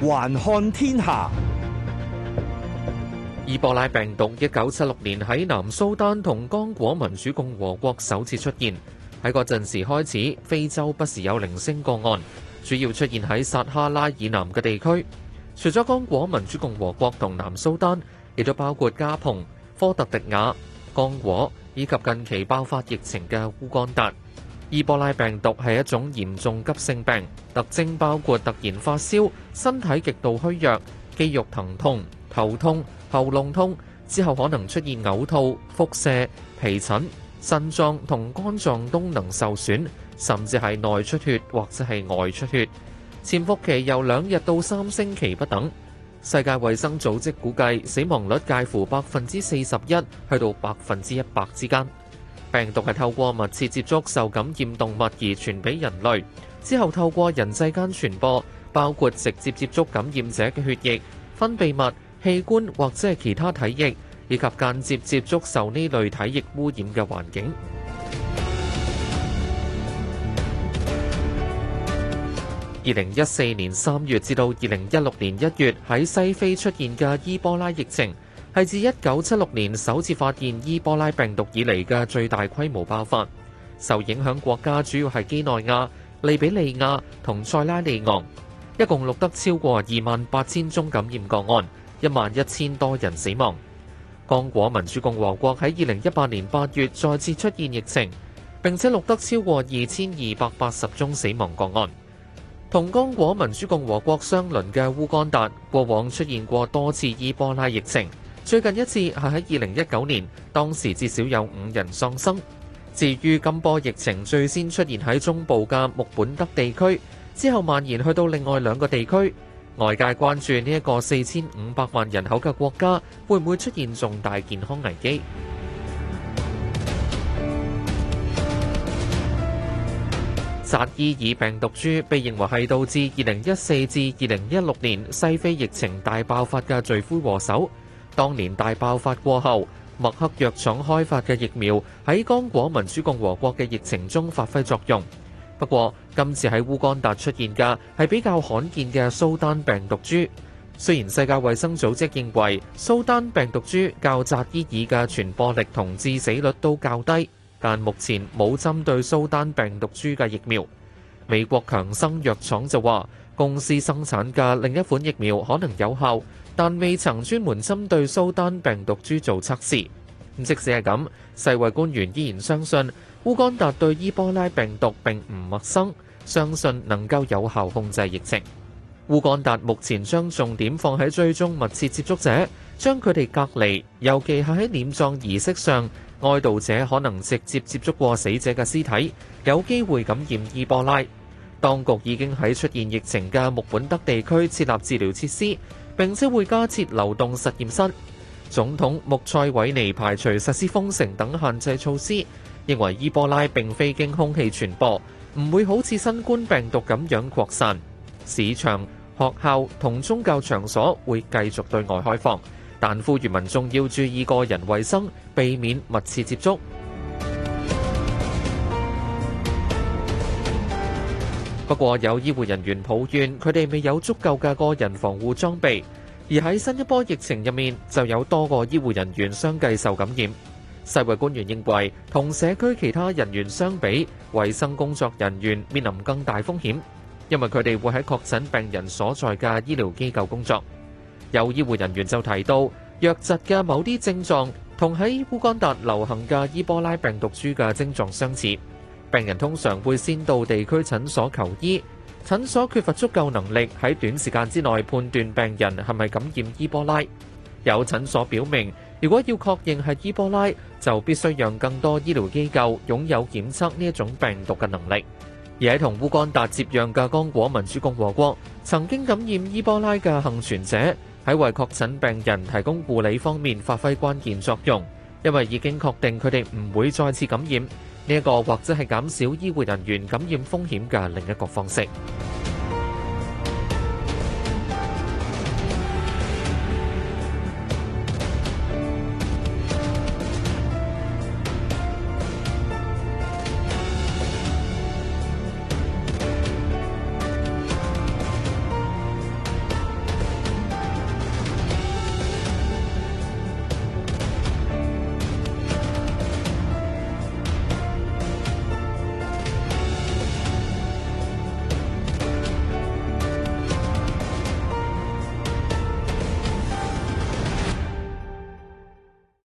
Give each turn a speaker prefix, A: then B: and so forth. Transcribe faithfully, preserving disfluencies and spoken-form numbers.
A: 環看天下。
B: 伊波拉病毒一九七六年喺南蘇丹同剛果民主共和國首次出現，喺嗰陣時開始，非洲不時有零星個案，主要出現喺撒哈拉以南嘅地區。除咗剛果民主共和國同南蘇丹，亦都包括加蓬、科特迪瓦、剛果以及近期爆發疫情嘅烏干達。伊波拉病毒係一種嚴重急性病，特徵包括突然發燒、身體極度虛弱、肌肉疼痛、頭痛、喉嚨痛，之後可能出現嘔吐、腹瀉、皮疹、腎臟同肝臟功能受損，甚至係內出血或者係外出血。潛伏期由兩日到三星期不等。世界衛生組織估計死亡率介乎百分之四十一去到百分之一百之間。病毒係透過密切接觸受感染動物而傳俾人類，之後透過人際間傳播，包括直接接觸感染者嘅血液、分泌物、器官或者係其他體液，以及間接接觸受呢類體液污染嘅環境。二零一四年三月至到二零一六年一月喺西非出現嘅伊波拉疫情，係自一九七六年首次發現伊波拉病毒以嚟嘅最大規模爆發。受影響國家主要係幾內亞、利比里亞同塞拉利昂，一共錄得超過二萬八千宗感染個案，一萬一千多人死亡。剛果民主共和國喺二零一八年八月再次出現疫情，並且錄得超過二千二百八十宗死亡個案。同剛果民主共和國相鄰嘅烏干達，過往出現過多次伊波拉疫情，最近一次係喺二零一九年，當時至少有五人喪生。至於今波疫情最先出現喺中部嘅穆本德地區，之後蔓延去到另外兩個地區，外界關注呢一個四千五百萬人口嘅國家會唔會出現重大健康危機。扎伊爾病毒株被認為係導致二零一四至二零一六年西非疫情大爆發嘅罪魁禍首。當年大爆發過後，默克藥廠開發嘅疫苗喺剛果民主共和國嘅疫情中發揮作用。不過，今次喺烏干達出現嘅係比較罕見嘅蘇丹病毒株。雖然世界衛生組織認為蘇丹病毒株較扎伊爾嘅傳播力同致死率都較低，但目前冇針對蘇丹病毒株嘅疫苗。美國強生藥廠就話，公司生產嘅另一款疫苗可能有效，但未曾專門針對蘇丹病毒株做測試。即使係咁，世衛官員依然相信烏干達對伊波拉病毒並唔陌生，相信能夠有效控制疫情。烏干達目前將重點放喺追蹤密切接觸者，將佢哋隔離，尤其係喺殮葬儀式上，哀悼者可能直接接觸過死者嘅屍體，有機會感染伊波拉。當局已經喺出現疫情嘅穆本德地區設立治療設施，並且會加設流動實驗室。總統穆塞韋尼排除實施封城等限制措施，認為伊波拉並非經空氣傳播，唔會好似新冠病毒咁樣擴散。市場、學校同宗教場所會繼續對外開放，但呼籲民眾要注意個人衛生，避免密切接觸。不過有醫護人員抱怨，佢哋未有足夠嘅個人防護裝備，而喺新一波疫情入面，就有多個醫護人員相繼受感染。世衛官員認為，同社區其他人員相比，衛生工作人員面臨更大風險，因為佢哋會喺確診病人所在嘅醫療機構工作。有醫護人員就提到，瘧疾嘅某啲症狀同喺烏干達流行嘅伊波拉病毒株嘅症狀相似。病人通常會先到地區診所求醫，診所缺乏足夠能力喺短時間之內判斷病人係咪感染伊波拉。有診所表明，如果要確認係伊波拉，就必須讓更多醫療機構擁有檢測呢一種病毒嘅能力。而喺同烏干達接壤嘅剛果民主共和國，曾經感染伊波拉嘅幸存者喺為確診病人提供護理方面發揮關鍵作用，因為已經確定佢哋唔會再次感染。呢一個或者係減少醫護人員感染風險嘅另一個方式。